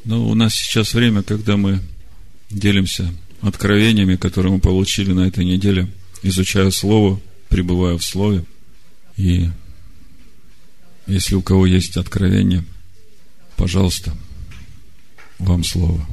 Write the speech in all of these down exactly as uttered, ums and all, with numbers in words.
Ну, у нас сейчас время, когда мы делимся откровениями, которые мы получили на этой неделе, изучая Слово, пребывая в Слове. И если у кого есть откровение, пожалуйста, вам слово.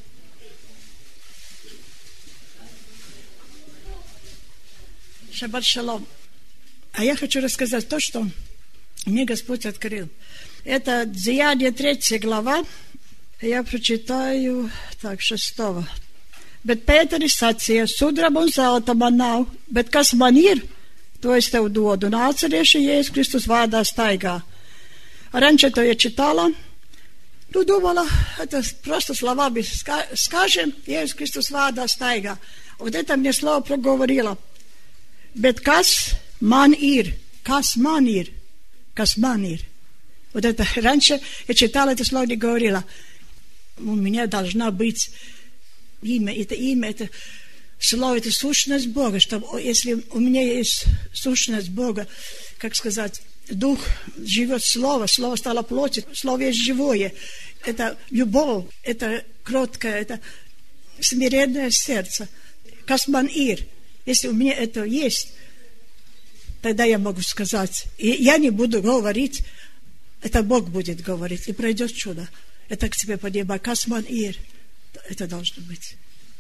Шаббат шалом. А я хочу рассказать то, что мне Господь открыл. Это Деяния третья глава. Я прочитаю, так, шестого. Bet Pēteris sacīja, sudraba un zelta man nav, bet kas man ir, то es tev доду. Un atcerieši, Jēzus Kristus vārdā staigā. Раньше то я читала, ну, думала, это просто словами скажем, Jēzus Kristus vārdā staigā. Вот это мне слово проговорило. Bet kas man ir, kas man ir, kas man ir. Вот это раньше я читала это слово, не говорила. У меня должна быть имя, это имя, это слово, это сущность Бога, чтобы, если у меня есть сущность Бога, как сказать, Дух живет Слово, Слово стало плотью, Слово есть живое, это любовь, это кроткое, это смиренное сердце, касман ир, если у меня это есть, тогда я могу сказать, и я не буду говорить, это Бог будет говорить, и пройдет чудо. Это к тебе подъебать. Касман ир. Это должно быть.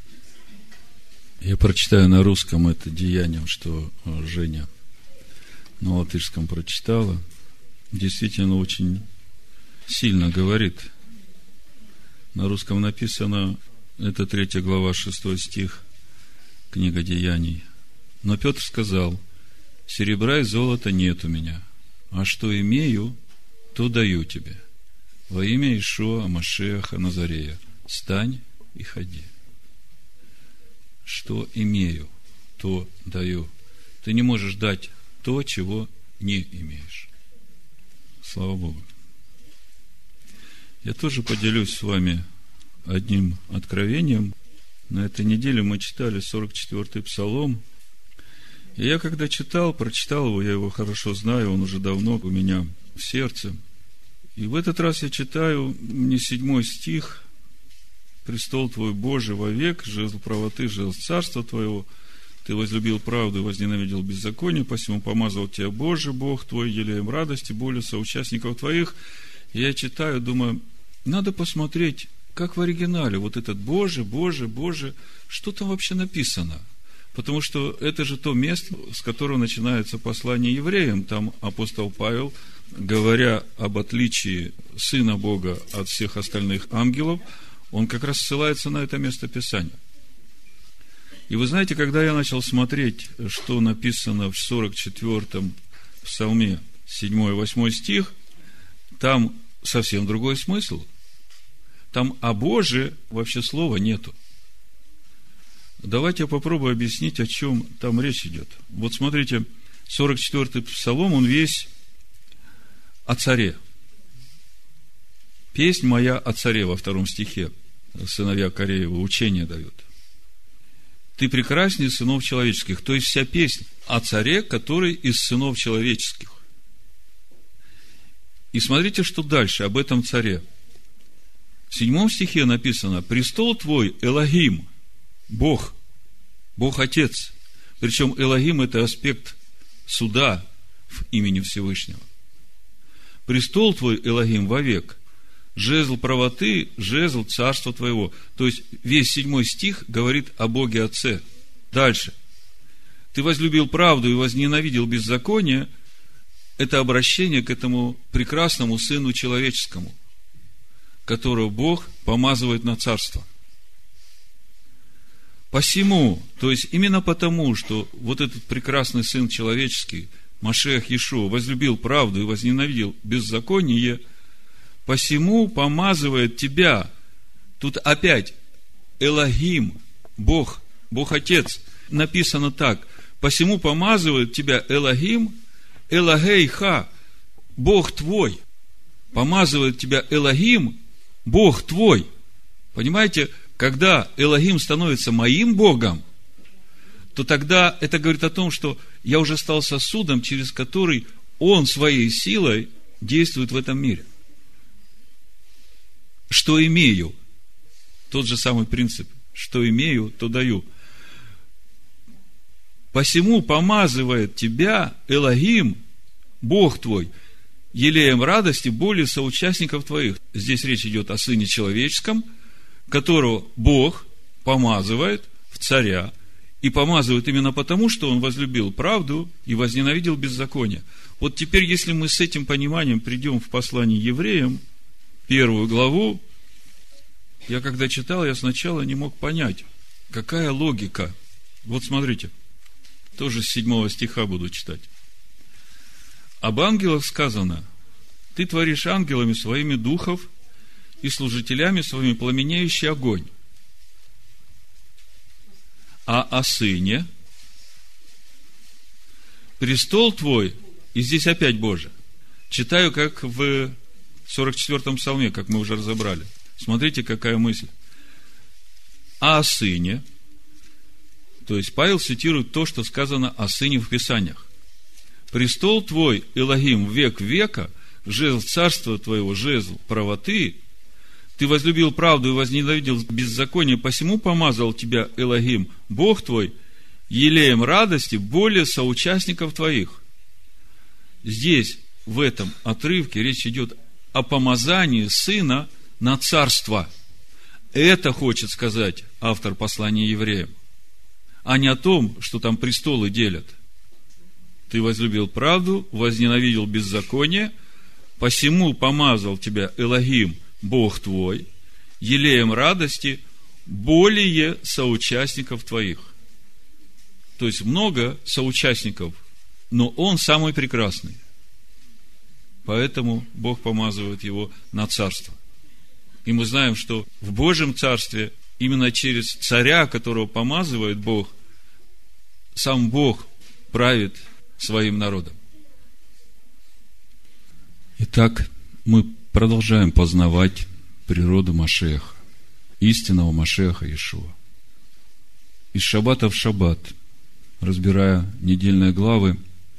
Я прочитаю на русском это деяние, что Женя на латышском прочитала. Действительно очень сильно говорит. На русском написано, это третья глава, шестой стих, книга Деяний. Но Петр сказал: серебра и золота нет у меня, а что имею, то даю тебе. Во имя Иешуа Машиаха Назарея, встань и ходи. Что имею, то даю. Ты не можешь дать то, чего не имеешь. Слава Богу. Я тоже поделюсь с вами одним откровением. На этой неделе мы читали сорок четвёртый Псалом. И я когда читал, прочитал его, я его хорошо знаю, он уже давно у меня в сердце. И в этот раз я читаю мне седьмой стих: «Престол Твой Божий вовек, жезл правоты, жезл царства Твоего. Ты возлюбил правду и возненавидел беззаконие, посему помазал Тебя Божий Бог Твой елеем радости, болью соучастников Твоих». И я читаю, думаю, надо посмотреть, как в оригинале вот этот Божий, Божий, Божий, что там вообще написано. Потому что это же то место, с которого начинается послание евреям. Там апостол Павел, говоря об отличии Сына Бога от всех остальных ангелов, он как раз ссылается на это место Писания. И вы знаете, когда я начал смотреть, что написано в сорок четвёртом Псалме, седьмой и восьмой стих, там совсем другой смысл. Там о Боже вообще слова нету. Давайте я попробую объяснить, о чем там речь идет. Вот смотрите, сорок четвёртый Псалом, он весь о царе. Песнь моя о царе во втором стихе. Сыновья Кореева учение дают. Ты прекраснее сынов человеческих. То есть вся песня о царе, который из сынов человеческих. И смотрите, что дальше об этом царе. В седьмом стихе написано: престол твой Элохим, Бог, Бог Отец. Причем Элохим — это аспект суда в имени Всевышнего. Престол твой Элохим вовек, жезл правоты, жезл царства твоего. То есть весь седьмой стих говорит о Боге Отце. Дальше. Ты возлюбил правду и возненавидел беззаконие. Это обращение к этому прекрасному Сыну Человеческому, которого Бог помазывает на царство. Посему, то есть именно потому, что вот этот прекрасный Сын Человеческий, Машиах Иешуа, возлюбил правду и возненавидел беззаконие, посему помазывает тебя. Тут опять Элохим, Бог, Бог Отец. Написано так: посему помазывает тебя Элохим, Элогейха, Бог твой. Помазывает тебя Элохим, Бог твой. Понимаете, когда Элохим становится моим Богом, то тогда это говорит о том, что я уже стал сосудом, через который Он своей силой действует в этом мире. что имею. Тот же самый принцип. Что имею, то даю. Посему помазывает тебя Элогим, Бог твой, елеем радости более соучастников твоих. Здесь речь идет о Сыне Человеческом, которого Бог помазывает в царя, и помазывает именно потому, что он возлюбил правду и возненавидел беззаконие. Вот теперь, если мы с этим пониманием придем в послание евреям, первую главу, я когда читал, я сначала не мог понять, какая логика. Вот смотрите, тоже с седьмого стиха буду читать. Об ангелах сказано: ты творишь ангелами своими духов и служителями своими пламенеющий огонь. А о сыне престол твой, и здесь опять Боже. Читаю, как в сорок четвёртом псалме, как мы уже разобрали. Смотрите, какая мысль. А о сыне, то есть Павел цитирует то, что сказано о сыне в Писаниях. Престол твой, Элогим, век века, жезл царства твоего, жезл правоты, ты возлюбил правду и возненавидел беззаконие, посему помазал тебя Элогим, Бог твой, елеем радости более соучастников твоих. Здесь, в этом отрывке, речь идет о помазании сына на царство. Это хочет сказать автор послания евреям, а не о том, что там престолы делят. Ты возлюбил правду, возненавидел беззаконие, посему помазал тебя Элогим, Бог твой, елеем радости более соучастников твоих. То есть много соучастников, но он самый прекрасный. Поэтому Бог помазывает его на царство. И мы знаем, что в Божьем царстве именно через царя, которого помазывает Бог, сам Бог правит своим народом. Итак, мы продолжаем познавать природу Машеха, истинного Машеха Иешуа. Из шаббата в шаббат, разбирая недельные главы,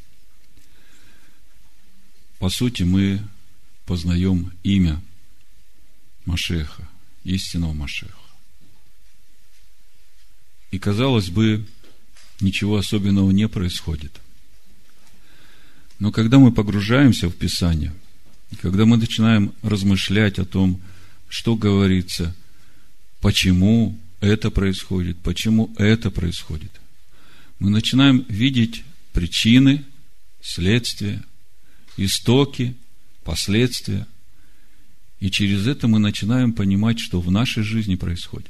по сути, мы познаем имя Машеха, истинного Машеха. И, казалось бы, ничего особенного не происходит. Но когда мы погружаемся в Писание, когда мы начинаем размышлять о том, что говорится, почему это происходит, почему это происходит, мы начинаем видеть причины, следствия, истоки, последствия, и через это мы начинаем понимать, что в нашей жизни происходит.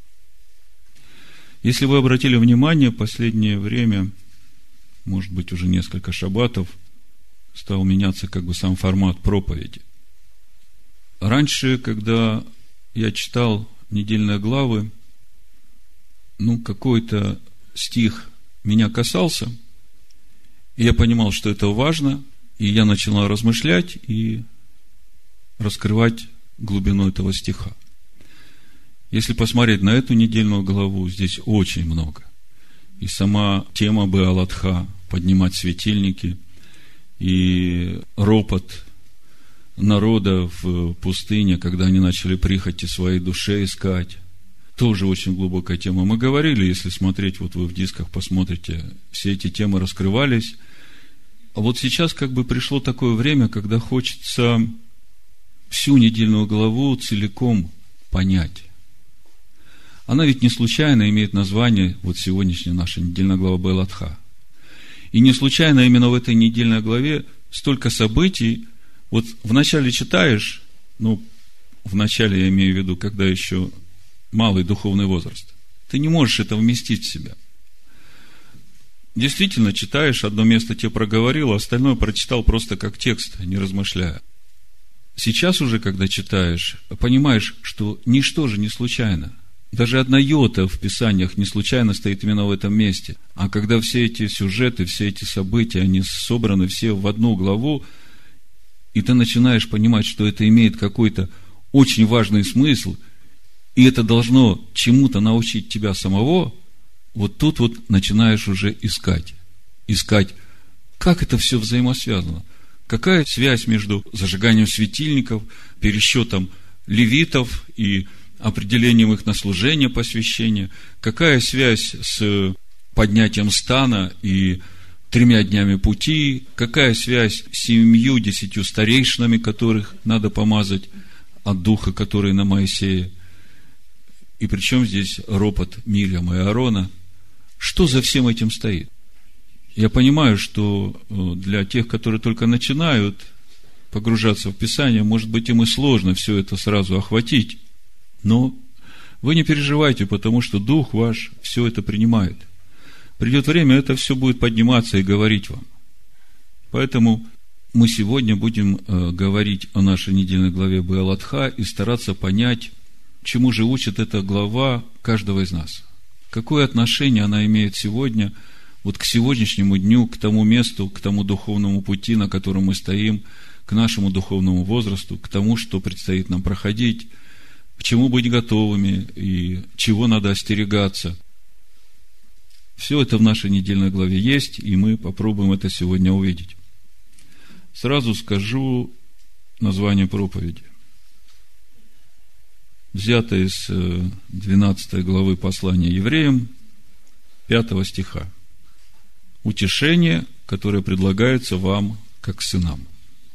Если вы обратили внимание, в последнее время, может быть, уже несколько шаббатов, стал меняться как бы сам формат проповеди. Раньше, когда я читал недельные главы, ну, какой-то стих меня касался, и я понимал, что это важно, и я начал размышлять и раскрывать глубину этого стиха. Если посмотреть на эту недельную главу, здесь очень много. И сама тема Беалатха, поднимать светильники, и ропот народа в пустыне, когда они начали прихоти своей душе искать, тоже очень глубокая тема. Мы говорили, если смотреть, вот вы в дисках посмотрите, все эти темы раскрывались. А вот сейчас как бы пришло такое время, когда хочется всю недельную главу целиком понять. Она ведь не случайно имеет название, вот сегодняшняя наша недельная глава Беалатха. И не случайно именно в этой недельной главе столько событий. Вот вначале читаешь, ну, вначале я имею в виду, когда еще малый духовный возраст, ты не можешь это вместить в себя. Действительно, читаешь, одно место тебе проговорило, остальное прочитал просто как текст, не размышляя. Сейчас уже, когда читаешь, понимаешь, что ничто же не случайно. Даже одна йота в Писаниях не случайно стоит именно в этом месте. А когда все эти сюжеты, все эти события, они собраны все в одну главу, и ты начинаешь понимать, что это имеет какой-то очень важный смысл, и это должно чему-то научить тебя самого, вот тут вот начинаешь уже искать. Искать, как это все взаимосвязано. Какая связь между зажиганием светильников, пересчетом левитов и определением их на служение, посвящение? Какая связь с поднятием стана и тремя днями пути? Какая связь с семью, десятью старейшинами, которых надо помазать от духа, который на Моисее? И причем здесь ропот Мирьяма и Аарона? Что за всем этим стоит? Я понимаю, что для тех, которые только начинают погружаться в Писание, может быть, им и сложно все это сразу охватить. Но вы не переживайте, потому что Дух ваш все это принимает. Придет время, это все будет подниматься и говорить вам. Поэтому мы сегодня будем говорить о нашей недельной главе Беалатха и стараться понять, чему же учит эта глава каждого из нас. Какое отношение она имеет сегодня вот к сегодняшнему дню, к тому месту, к тому духовному пути, на котором мы стоим, к нашему духовному возрасту, к тому, что предстоит нам проходить, к чему быть готовыми и чего надо остерегаться. Все это в нашей недельной главе есть, и мы попробуем это сегодня увидеть. Сразу скажу название проповеди. Взято из двенадцатой главы послания Евреям, пятого стиха. Утешение, которое предлагается вам как сынам.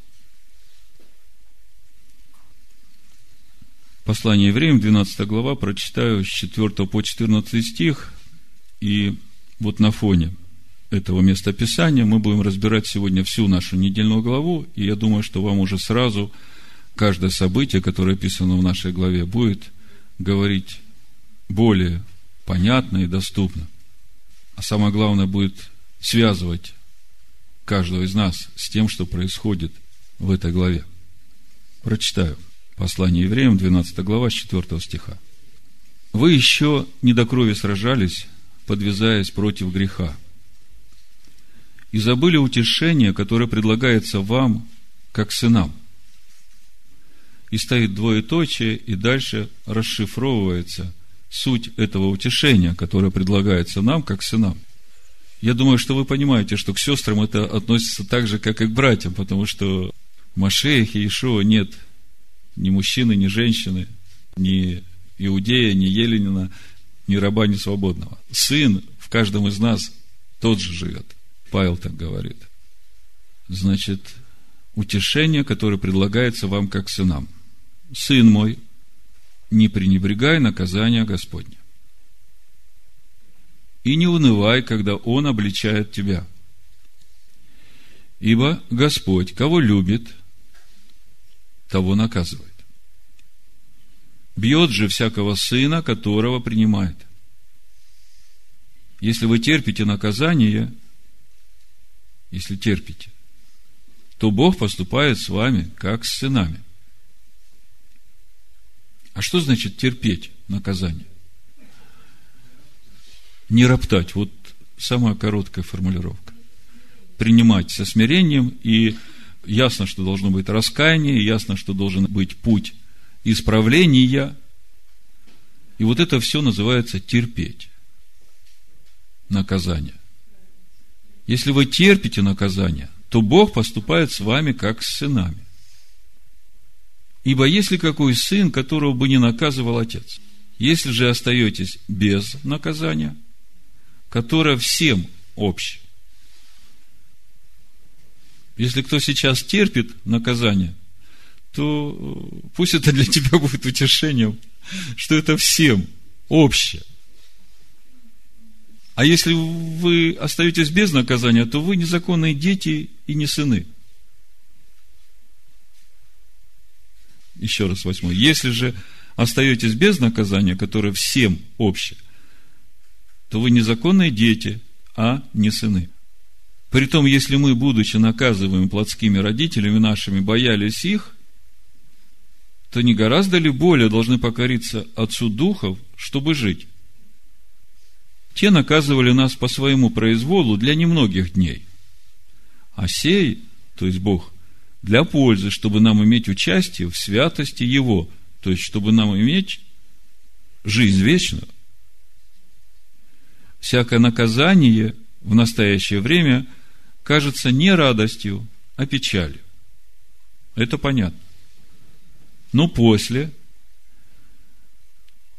Послание Евреям, двенадцатая глава, прочитаю с четвёртого по четырнадцатый стих, и вот на фоне этого местописания мы будем разбирать сегодня всю нашу недельную главу, и я думаю, что вам уже сразу каждое событие, которое описано в нашей главе, будет говорить более понятно и доступно. А самое главное, будет связывать каждого из нас с тем, что происходит в этой главе. Прочитаю. Послание Евреям, двенадцатая глава, с четвёртого стиха. «Вы еще не до крови сражались, подвязаясь против греха, и забыли утешение, которое предлагается вам, как сынам». И стоит двоеточие, и дальше расшифровывается суть этого утешения, которое предлагается нам, как сынам. Я думаю, что вы понимаете, что к сестрам это относится так же, как и к братьям, потому что в Машиахе Иешуа нет ни мужчины, ни женщины, ни иудея, ни еленина, ни раба, ни свободного. Сын в каждом из нас тот же живет. Павел так говорит. Значит, утешение, которое предлагается вам как сынам. Сын мой, не пренебрегай наказания Господня. И не унывай, когда Он обличает тебя. Ибо Господь, кого любит, того наказывает. Бьет же всякого сына, которого принимает. Если вы терпите наказание, если терпите, то Бог поступает с вами, как с сынами. А что значит терпеть наказание? Не роптать. Вот самая короткая формулировка. Принимать со смирением, и ясно, что должно быть раскаяние, ясно, что должен быть путь исправления. И вот это все называется терпеть наказание. Если вы терпите наказание, то Бог поступает с вами, как с сынами. Ибо есть ли какой сын, которого бы не наказывал отец? Если же остаетесь без наказания, которое всем обще. Если кто сейчас терпит наказание, то пусть это для тебя будет утешением, что это всем общее. А если вы остаетесь без наказания, то вы незаконные дети и не сыны. Еще раз, восьмой. Если же остаетесь без наказания, которое всем общее, то вы незаконные дети, а не сыны. Притом, если мы, будучи наказываемы плотскими родителями нашими, боялись их, то не гораздо ли более должны покориться Отцу Духов, чтобы жить? Те наказывали нас по своему произволу для немногих дней, а сей, то есть Бог, для пользы, чтобы нам иметь участие в святости Его, то есть чтобы нам иметь жизнь вечную. Всякое наказание в настоящее время кажется не радостью, а печалью. Это понятно. Но после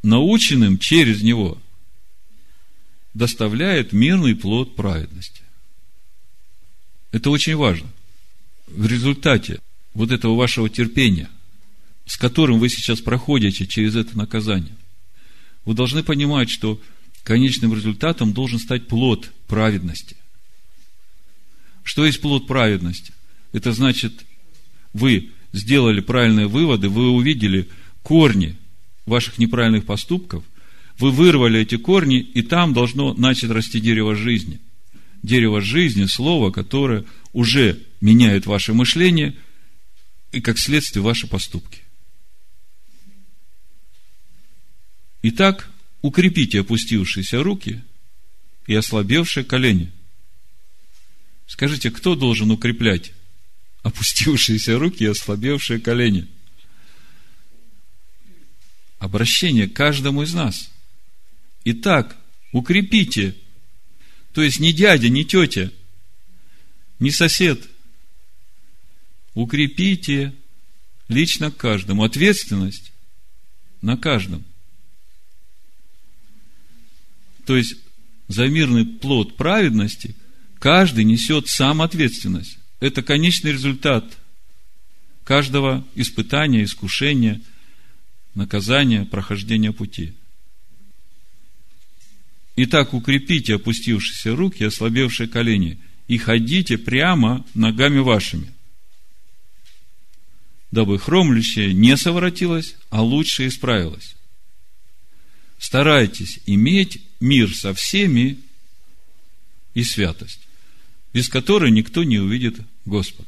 наученным через него, доставляет мирный плод праведности. Это очень важно. В результате вот этого вашего терпения, с которым вы сейчас проходите через это наказание, вы должны понимать, что конечным результатом должен стать плод праведности. Что есть плод праведности? Это значит, вы сделали правильные выводы, вы увидели корни ваших неправильных поступков, вы вырвали эти корни, и там должно начать расти дерево жизни. Дерево жизни, слово, которое уже меняет ваше мышление и, как следствие, ваши поступки. Итак, укрепите опустившиеся руки и ослабевшие колени. Скажите, кто должен укреплять опустившиеся руки и ослабевшие колени? Обращение к каждому из нас. Итак, укрепите. То есть не дядя, не тетя, не сосед. Укрепите лично к каждому. Ответственность на каждом. То есть за мирный плод праведности каждый несет сам ответственность. Это конечный результат каждого испытания, искушения, наказания, прохождения пути. Итак, укрепите опустившиеся руки и ослабевшие колени и ходите прямо ногами вашими, дабы хромлющее не совратилось, а лучше исправилось. Старайтесь иметь мир со всеми и святость, без которой никто не увидит Господа.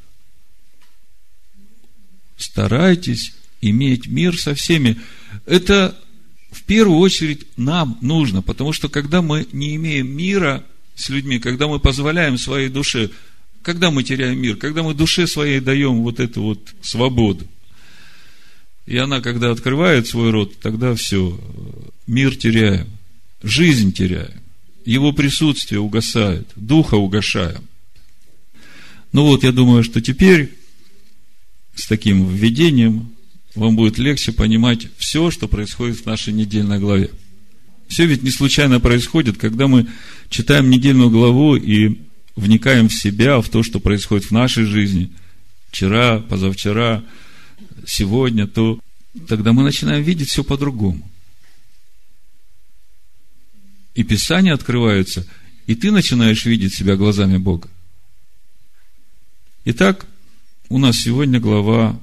Старайтесь иметь мир со всеми. Это в первую очередь нам нужно, потому что когда мы не имеем мира с людьми, когда мы позволяем своей душе, когда мы теряем мир, когда мы душе своей даем вот эту вот свободу, и она, когда открывает свой рот, тогда все, мир теряем, жизнь теряем, его присутствие угасает, духа угашаем. Ну вот, я думаю, что теперь с таким введением вам будет легче понимать все, что происходит в нашей недельной главе. Все ведь не случайно происходит, когда мы читаем недельную главу и вникаем в себя, в то, что происходит в нашей жизни, вчера, позавчера, сегодня, то тогда мы начинаем видеть все по-другому. И Писание открывается, и ты начинаешь видеть себя глазами Бога. Итак, у нас сегодня глава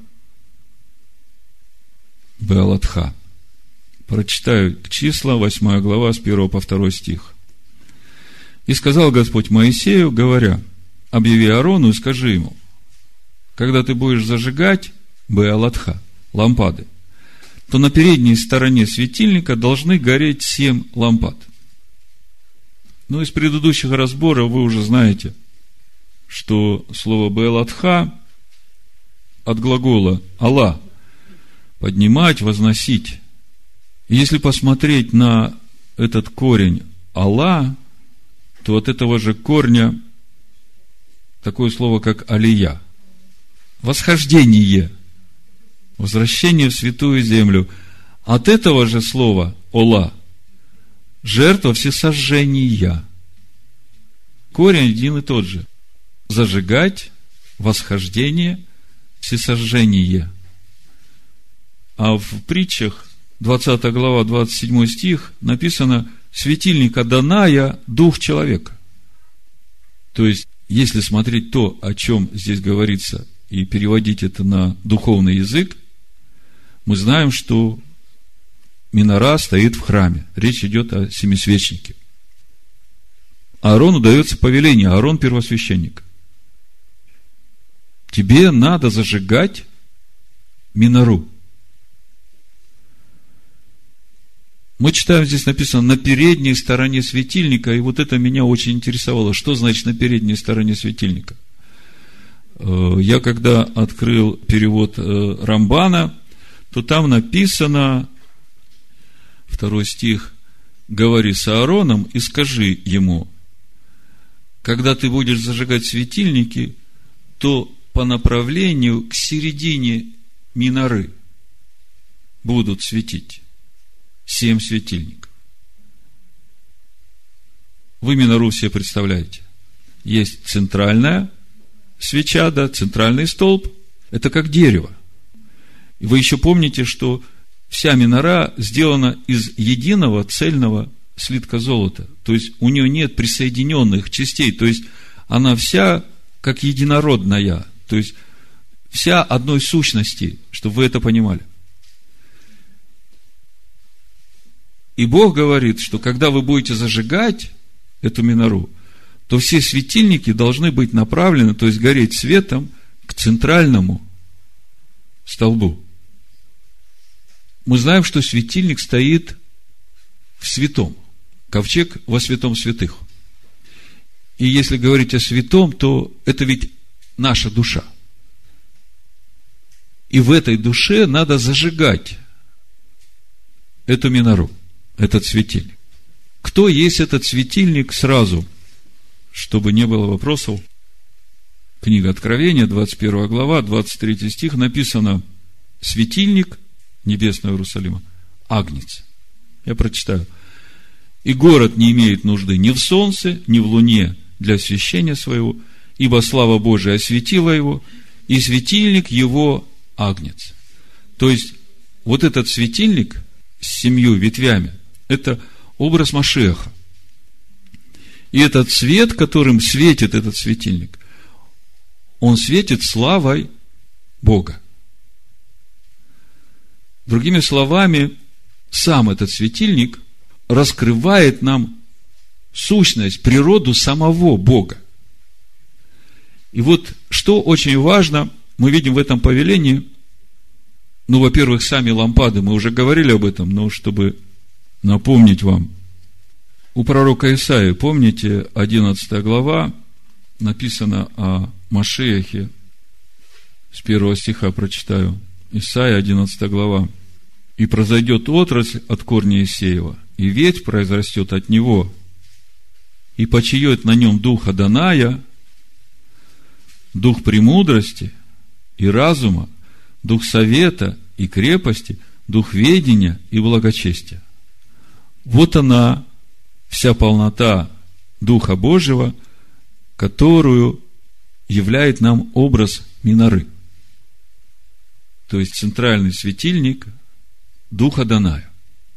Беалатха. Прочитаю числа, восьмая глава, с первого по второй стих. «И сказал Господь Моисею, говоря: объяви Аарону и скажи ему, когда ты будешь зажигать Беалатха, лампады, то на передней стороне светильника должны гореть семь лампад». Ну, из предыдущих разборов вы уже знаете, что слово Беалатха от глагола «Алла» – поднимать, возносить. И если посмотреть на этот корень «Алла», то от этого же корня такое слово, как «Алия» – восхождение, возвращение в святую землю. От этого же слова «Ола» – жертва всесожжения. Корень один и тот же. Зажигать, восхождение, всесожжение. А в притчах, двадцатая глава, двадцать седьмой стих, написано: светильник Адоная – дух человека. То есть, если смотреть то, о чем здесь говорится, и переводить это на духовный язык, мы знаем, что минора стоит в храме. Речь идет о семисвечнике. Аарону дается повеление, Аарон первосвященник. Тебе надо зажигать минору. Мы читаем, здесь написано «на передней стороне светильника», и вот это меня очень интересовало. Что значит «на передней стороне светильника»? Я когда открыл перевод Рамбана, то там написано, второй стих: «Говори с Аароном и скажи ему, когда ты будешь зажигать светильники, то по направлению к середине миноры будут светить семь светильников. Вы минору все представляете. Есть центральная свеча, да, центральный столб. Это как дерево. И вы еще помните, что вся минора сделана из единого цельного слитка золота. То есть у нее нет присоединенных частей. То есть она вся как единородная. То есть вся одной сущности, чтобы вы это понимали. И Бог говорит, что когда вы будете зажигать эту минору, то все светильники должны быть направлены, то есть гореть светом к центральному столбу. Мы знаем, что светильник стоит в святом. Ковчег во святом святых. И если говорить о святом, то это ведь наша душа. И в этой душе надо зажигать эту минору, этот светильник. Кто есть этот светильник сразу, чтобы не было вопросов? Книга Откровения, двадцать первая глава, двадцать третий стих, написано: светильник небесного Иерусалима, агнец. Я прочитаю. И город не имеет нужды ни в солнце, ни в луне для освещения своего, ибо слава Божия осветила его, и светильник его агнец. То есть, вот этот светильник с семью ветвями, это образ Машиаха. И этот свет, которым светит этот светильник, он светит славой Бога. Другими словами, сам этот светильник раскрывает нам сущность, природу самого Бога. И вот, что очень важно, мы видим в этом повелении, ну, во-первых, сами лампады, мы уже говорили об этом, но чтобы напомнить вам, у пророка Исаии, помните, одиннадцатая глава, написано о Машиахе, с первого стиха прочитаю, Исаия, одиннадцатая глава. «И произойдет отрасль от корня Иисеева, и ветвь произрастет от него, и почиет на нем дух Адоная, дух премудрости и разума, дух совета и крепости, дух ведения и благочестия». Вот она, вся полнота Духа Божьего, которую являет нам образ миноры. То есть центральный светильник Духа Адоная.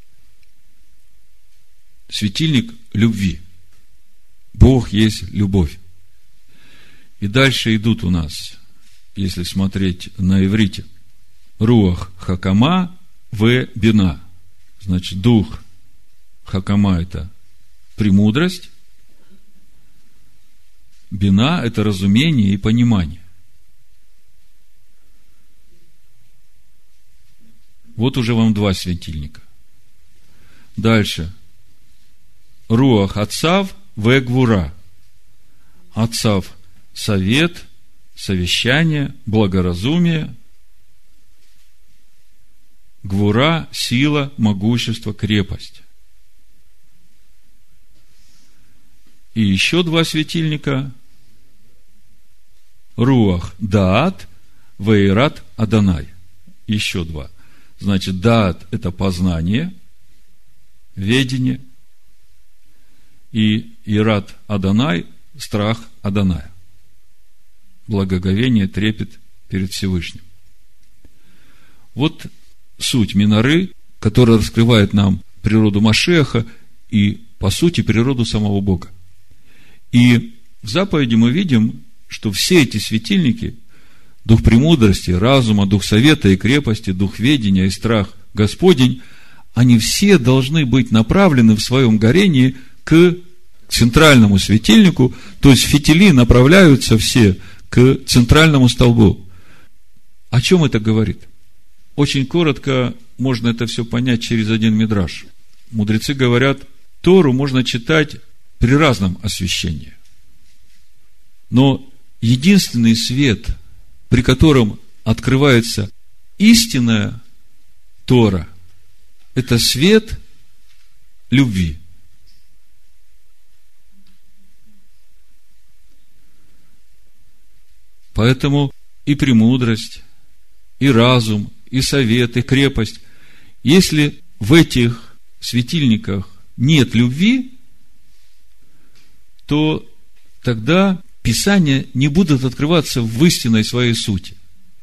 Светильник любви. Бог есть любовь. И дальше идут у нас, если смотреть на иврите, Руах Хакама в Бина. Значит, Дух Хакама – это премудрость, Бина – это разумение и понимание. Вот уже вам два светильника. Дальше. Руах Ацав в Гвура. Ацав – совет, совещание, благоразумие. Гвура – сила, могущество, крепость. И еще два светильника. Руах Даат Вейрат Адонай. Еще два. Значит, Даат – это познание, ведение. И Ират Адонай – страх Адоная. Благоговение, трепет перед Всевышним. Вот суть миноры, которая раскрывает нам природу Машиаха и, по сути, природу самого Бога. И в заповеди мы видим, что все эти светильники, дух премудрости, разума, дух совета и крепости, дух ведения и страх Господень, они все должны быть направлены в своем горении к центральному светильнику, то есть фитили направляются все к центральному столбу. О чем это говорит? Очень коротко можно это все понять через один мидраш. Мудрецы говорят, Тору можно читать при разном освещении. Но единственный свет, при котором открывается истинная Тора, это свет любви. Поэтому и премудрость, и разум, и совет, и крепость, если в этих светильниках нет любви, то тогда Писания не будут открываться в истинной своей сути.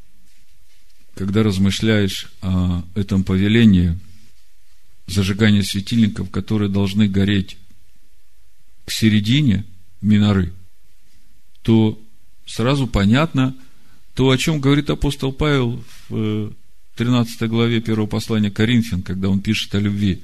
Когда размышляешь о этом повелении зажигания светильников, которые должны гореть к середине миноры, то сразу понятно то, о чем говорит апостол Павел в тринадцатой главе первого послания Коринфян, когда он пишет о любви.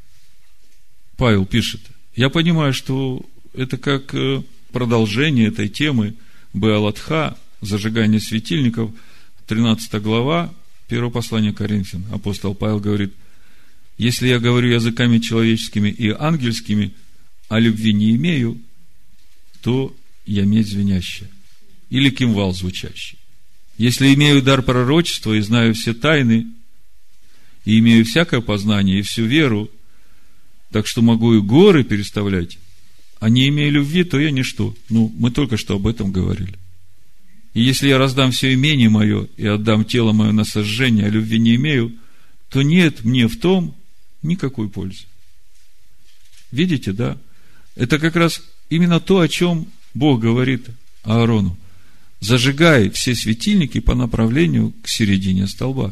Павел пишет: я понимаю, что это как продолжение этой темы Беалатха, зажигание светильников, тринадцатая глава первого послания Коринфян. Апостол Павел говорит: если я говорю языками человеческими и ангельскими, а любви не имею, то я медь звенящая или кимвал звучащий. Если имею дар пророчества и знаю все тайны, и имею всякое познание и всю веру, так что могу и горы переставлять, а не имея любви, то я ничто. Ну, мы только что об этом говорили. И если я раздам все имение мое и отдам тело мое на сожжение, а любви не имею, то нет мне в том никакой пользы. Видите, да? Это как раз именно то, о чем Бог говорит Аарону. Зажигай все светильники по направлению к середине столба,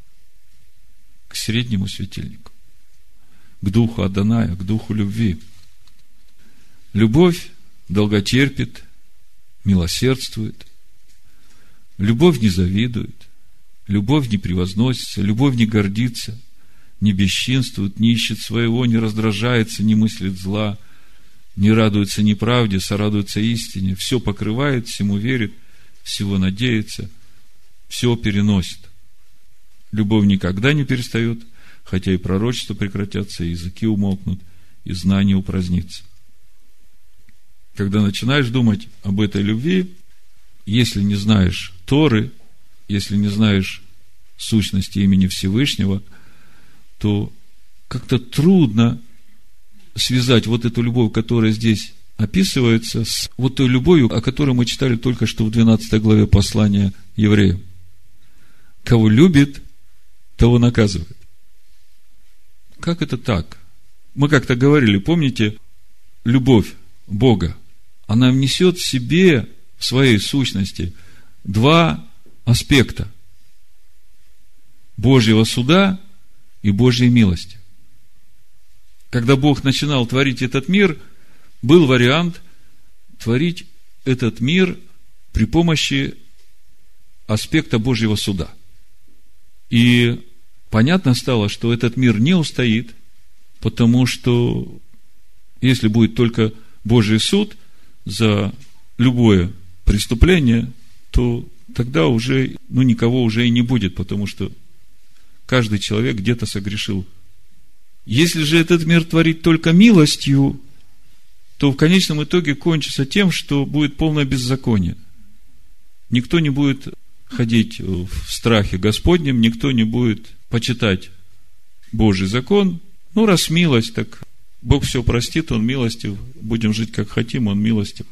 к среднему светильнику, к духу Адоная, к духу любви. Любовь долготерпит, милосердствует. Любовь не завидует, любовь не превозносится, любовь не гордится, не бесчинствует, не ищет своего, не раздражается, не мыслит зла, не радуется неправде, сорадуется истине, все покрывает, всему верит, всего надеется, все переносит. Любовь никогда не перестает, хотя и пророчества прекратятся, и языки умолкнут, и знание упразднится. Когда начинаешь думать об этой любви, если не знаешь Торы, если не знаешь сущности имени Всевышнего, то как-то трудно связать вот эту любовь, которая здесь описывается, с вот той любовью, о которой мы читали только что в двенадцатой главе послания евреям. Кого любит, того наказывает. Как это так? Мы как-то говорили, помните, любовь Бога, она внесет в себе, в своей сущности, два аспекта: Божьего суда и Божьей милости. Когда Бог начинал творить этот мир, был вариант творить этот мир при помощи аспекта Божьего суда. И понятно стало, что этот мир не устоит, потому что если будет только Божий суд за любое преступление, то тогда уже, ну, никого уже и не будет, потому что каждый человек где-то согрешил. Если же этот мир творить только милостью, то в конечном итоге кончится тем, что будет полное беззаконие. Никто не будет ходить в страхе Господнем, никто не будет почитать Божий закон. Ну, раз милость, так Бог все простит, Он милостив, будем жить как хотим, Он милостив.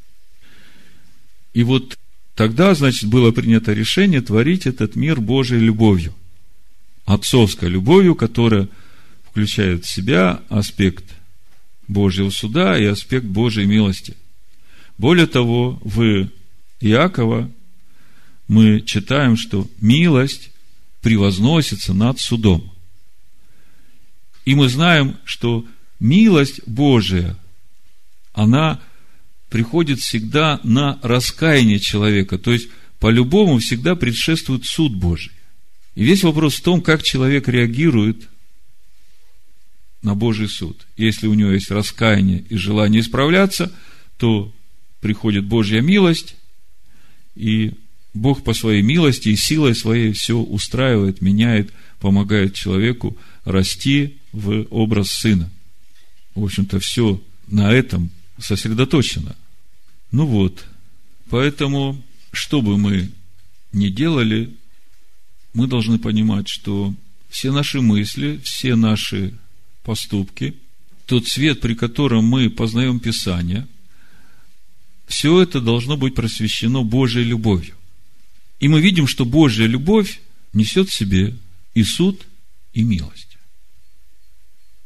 И вот тогда, значит, было принято решение творить этот мир Божьей любовью, отцовской любовью, которая включает в себя аспект Божьего суда и аспект Божьей милости. Более того, в Иакова мы читаем, что милость превозносится над судом. И мы знаем, что милость Божия, она приходит всегда на раскаяние человека, то есть по-любому всегда предшествует суд Божий. И весь вопрос в том, как человек реагирует на Божий суд. Если у него есть раскаяние и желание исправляться, то приходит Божья милость, и Бог по своей милости и силой своей все устраивает, меняет, помогает человеку расти в образ Сына. В общем-то, все на этом сосредоточено. Ну вот, поэтому, что бы мы ни делали, мы должны понимать, что все наши мысли, все наши поступки, тот свет, при котором мы познаем Писание, все это должно быть просвещено Божьей любовью. И мы видим, что Божья любовь несет в себе и суд, и милость.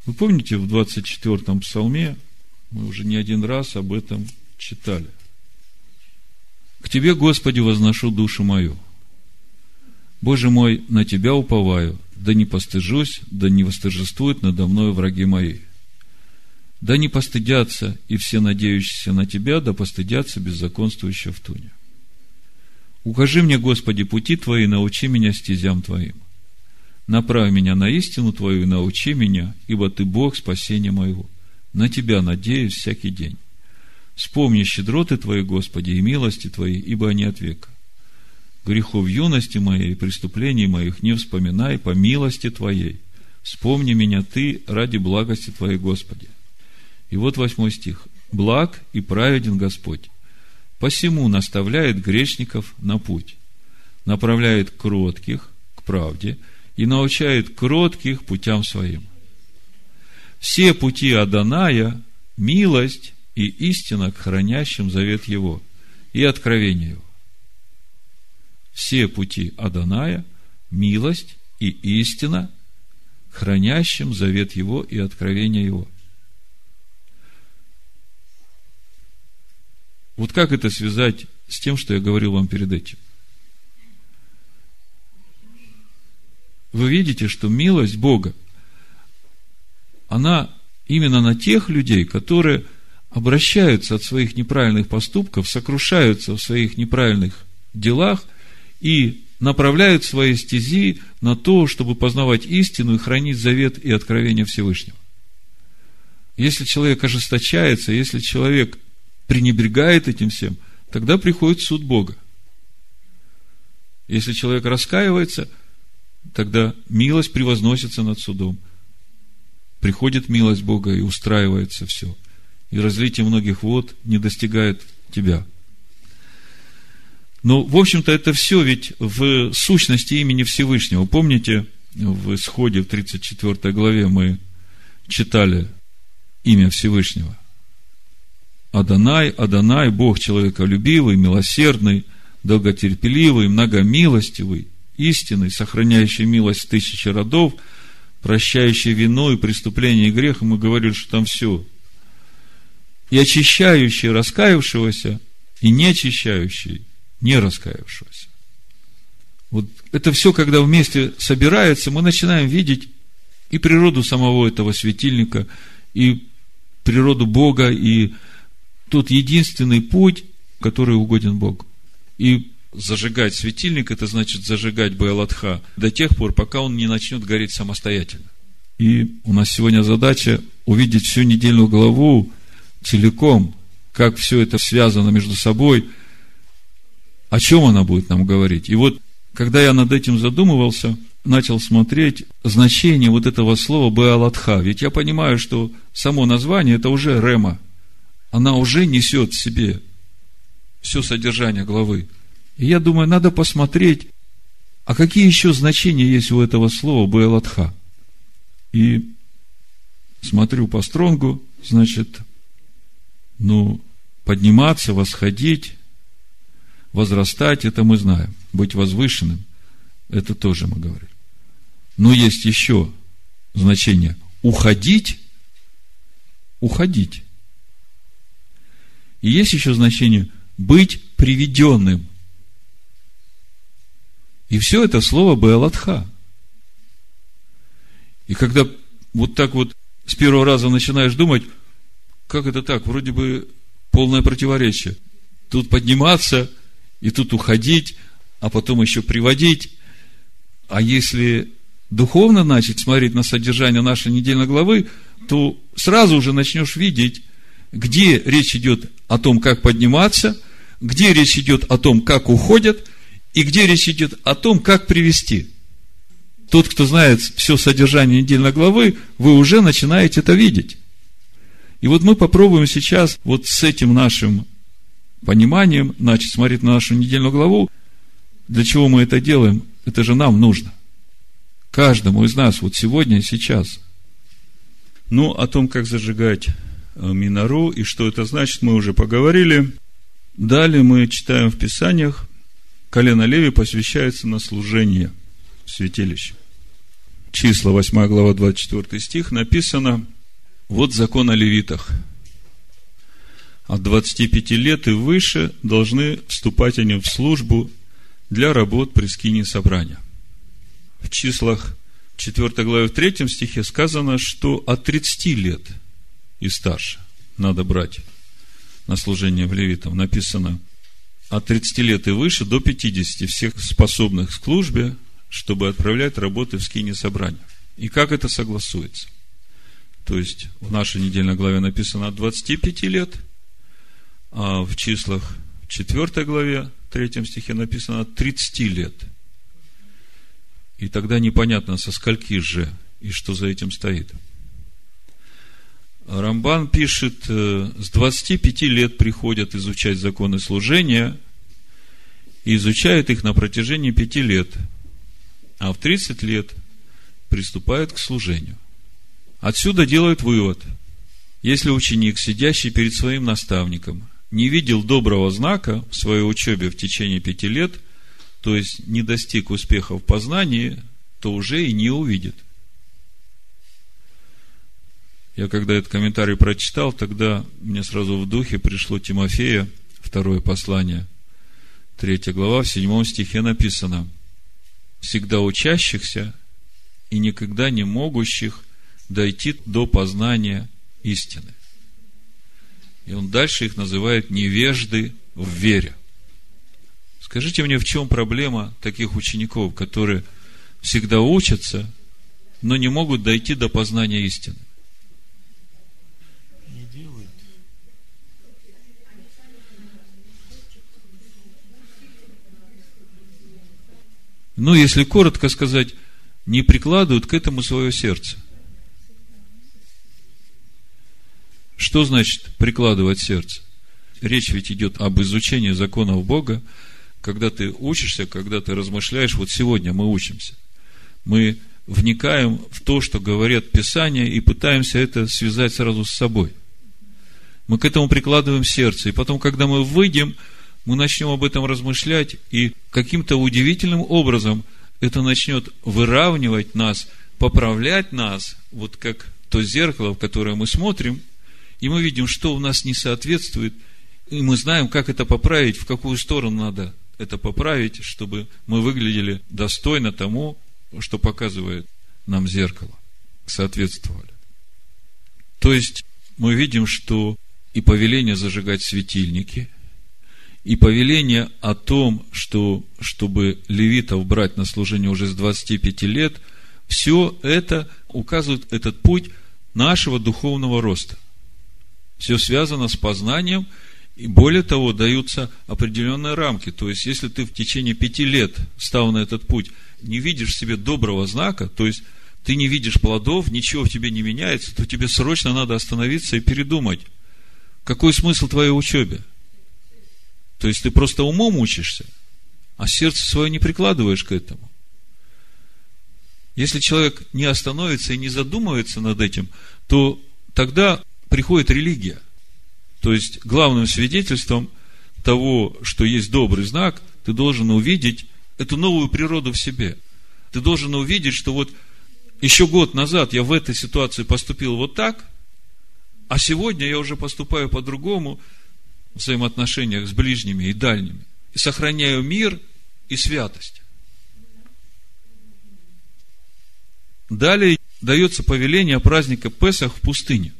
Вы помните, в двадцать четвёртом псалме мы уже не один раз об этом читали. «К Тебе, Господи, возношу душу мою. Боже мой, на Тебя уповаю, да не постыжусь, да не восторжествуют надо мною враги мои. Да не постыдятся и все надеющиеся на Тебя, да постыдятся беззаконствующие в туне. Укажи мне, Господи, пути Твои, научи меня стезям Твоим. Направь меня на истину Твою и научи меня, ибо Ты Бог спасения моего. На Тебя надеюсь всякий день. Вспомни щедроты Твои, Господи, и милости Твои, ибо они от века. Грехов юности моей и преступлений моих не вспоминай по милости Твоей. Вспомни меня Ты ради благости Твоей, Господи». И вот восьмой стих. «Благ и праведен Господь, посему наставляет грешников на путь, направляет кротких к правде и научает кротких путям своим. Все пути Адоная – милость и истина к хранящим завет Его и откровение Его». Все пути Адоная – милость и истина к хранящим завет Его и откровение Его. Вот как это связать с тем, что я говорил вам перед этим? Вы видите, что милость Бога, она именно на тех людей, которые обращаются от своих неправильных поступков, сокрушаются в своих неправильных делах и направляют свои стези на то, чтобы познавать истину и хранить завет и откровение Всевышнего. Если человек ожесточается, если человек пренебрегает этим всем, тогда приходит суд Бога. Если человек раскаивается, тогда милость превозносится над судом. Приходит милость Бога и устраивается все. И разлитие многих вод не достигает тебя. Но, в общем-то, это все ведь в сущности имени Всевышнего. Помните, в Исходе, в тридцать четвёртой главе мы читали имя Всевышнего. Адонай, Адонай, Бог человеколюбивый, милосердный, долготерпеливый, многомилостивый, истинный, сохраняющий милость в тысячи родов, прощающий вину и преступление и грех. И мы говорили, что там все. И очищающий раскаявшегося, и не очищающий не раскаявшегося. Вот это все, когда вместе собирается, мы начинаем видеть и природу самого этого светильника, и природу Бога, и тот единственный путь, который угоден Богу. И зажигать светильник, это значит зажигать Беалатха до тех пор, пока он не начнет гореть самостоятельно. И у нас сегодня задача увидеть всю недельную главу целиком, как все это связано между собой, о чем она будет нам говорить. И вот, когда я над этим задумывался, начал смотреть значение вот этого слова Беалатха. Ведь я понимаю, что само название – это уже рема. Она уже несет в себе все содержание главы. И я думаю, надо посмотреть, а какие еще значения есть у этого слова Беалатха. И смотрю по Стронгу, значит, ну, подниматься, восходить, возрастать, это мы знаем. Быть возвышенным, это тоже мы говорим. Но есть еще значение уходить, уходить. И есть еще значение быть приведенным. И все это слово Беалатха. И когда вот так вот с первого раза начинаешь думать, как это так, вроде бы полное противоречие. Тут подниматься, и тут уходить, а потом еще приводить. А если духовно начать смотреть на содержание нашей недельной главы, то сразу уже начнешь видеть, где речь идет о том, как подниматься, где речь идет о том, как уходят, и где речь идет о том, как привести. Тот, кто знает все содержание недельной главы, вы уже начинаете это видеть. И вот мы попробуем сейчас вот с этим нашим пониманием начать смотреть на нашу недельную главу. Для чего мы это делаем? Это же нам нужно. Каждому из нас вот сегодня и сейчас. Ну, о том, как зажигать минору и что это значит, мы уже поговорили. Далее мы читаем в Писаниях, колено Леви посвящается на служение в святилище. Числа, восьмая глава, двадцать четвёртый стих, написано: вот закон о левитах. От двадцати пяти лет и выше должны вступать они в службу для работ при скинии собрания. В числах четвёртой главе, в третьем стихе сказано, что от тридцати лет и старше надо брать на служение в левитам. Написано: от тридцати лет и выше до пятидесяти всех способных к службе, чтобы отправлять работы в скинии собрания. И как это согласуется? То есть в нашей недельной главе написано от двадцати пяти лет, а в числах четвёртой главе, третьем стихе написано от тридцати лет. И тогда непонятно, со скольки же и что за этим стоит. Рамбан пишет: с двадцати пяти лет приходят изучать законы служения и изучают их на протяжении пяти лет, а в тридцать лет приступают к служению. Отсюда делают вывод: если ученик, сидящий перед своим наставником, не видел доброго знака в своей учебе в течение пяти лет, то есть не достиг успеха в познании, то уже и не увидит. Я когда этот комментарий прочитал, тогда мне сразу в духе пришло Тимофея, второе послание, третья глава, в седьмом стихе написано: всегда учащихся и никогда не могущих дойти до познания истины. И он дальше их называет невежды в вере. Скажите мне, в чем проблема таких учеников, которые всегда учатся, но не могут дойти до познания истины? Не делают. Ну, если коротко сказать, не прикладывают к этому свое сердце. Что значит прикладывать сердце? Речь ведь идет об изучении законов Бога. Когда ты учишься, когда ты размышляешь, вот сегодня мы учимся. Мы вникаем в то, что говорят Писания, и пытаемся это связать сразу с собой. Мы к этому прикладываем сердце. И потом, когда мы выйдем, мы начнем об этом размышлять, и каким-то удивительным образом это начнет выравнивать нас, поправлять нас, вот как то зеркало, в которое мы смотрим, и мы видим, что у нас не соответствует, и мы знаем, как это поправить, в какую сторону надо это поправить, чтобы мы выглядели достойно тому, что показывает нам зеркало, соответствовали. То есть, мы видим, что и повеление зажигать светильники, и повеление о том, что, чтобы левитов брать на служение уже с двадцати пяти лет, все это указывает этот путь нашего духовного роста. Все связано с познанием, и более того, даются определенные рамки. То есть, если ты в течение пяти лет, став на этот путь, не видишь в себе доброго знака, то есть, ты не видишь плодов, ничего в тебе не меняется, то тебе срочно надо остановиться и передумать. Какой смысл твоей учебе? То есть, ты просто умом учишься, а сердце свое не прикладываешь к этому. Если человек не остановится и не задумывается над этим, то тогда приходит религия. То есть, главным свидетельством того, что есть добрый знак, ты должен увидеть эту новую природу в себе. Ты должен увидеть, что вот еще год назад я в этой ситуации поступил вот так, а сегодня я уже поступаю по-другому в взаимоотношениях с ближними и дальними. И сохраняю мир и святость. Далее дается повеление праздника Песах в пустыне.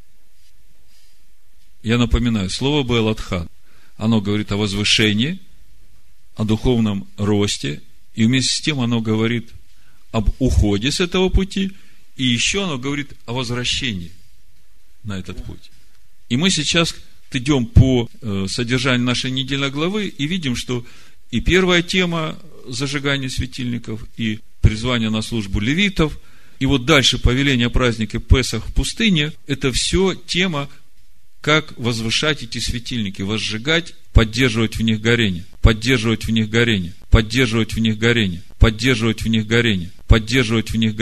Я напоминаю, слово Беэлатхан, оно говорит о возвышении, о духовном росте, и вместе с тем оно говорит об уходе с этого пути, и еще оно говорит о возвращении на этот путь. И мы сейчас идем по содержанию нашей недельной главы и видим, что и первая тема зажигания светильников, и призвание на службу левитов, и вот дальше повеление праздника Песах в пустыне, это все тема, как возвышать эти светильники, возжигать, поддерживать в них горение, поддерживать в них горение, поддерживать в них горение, поддерживать в них горение, поддерживать в них горение.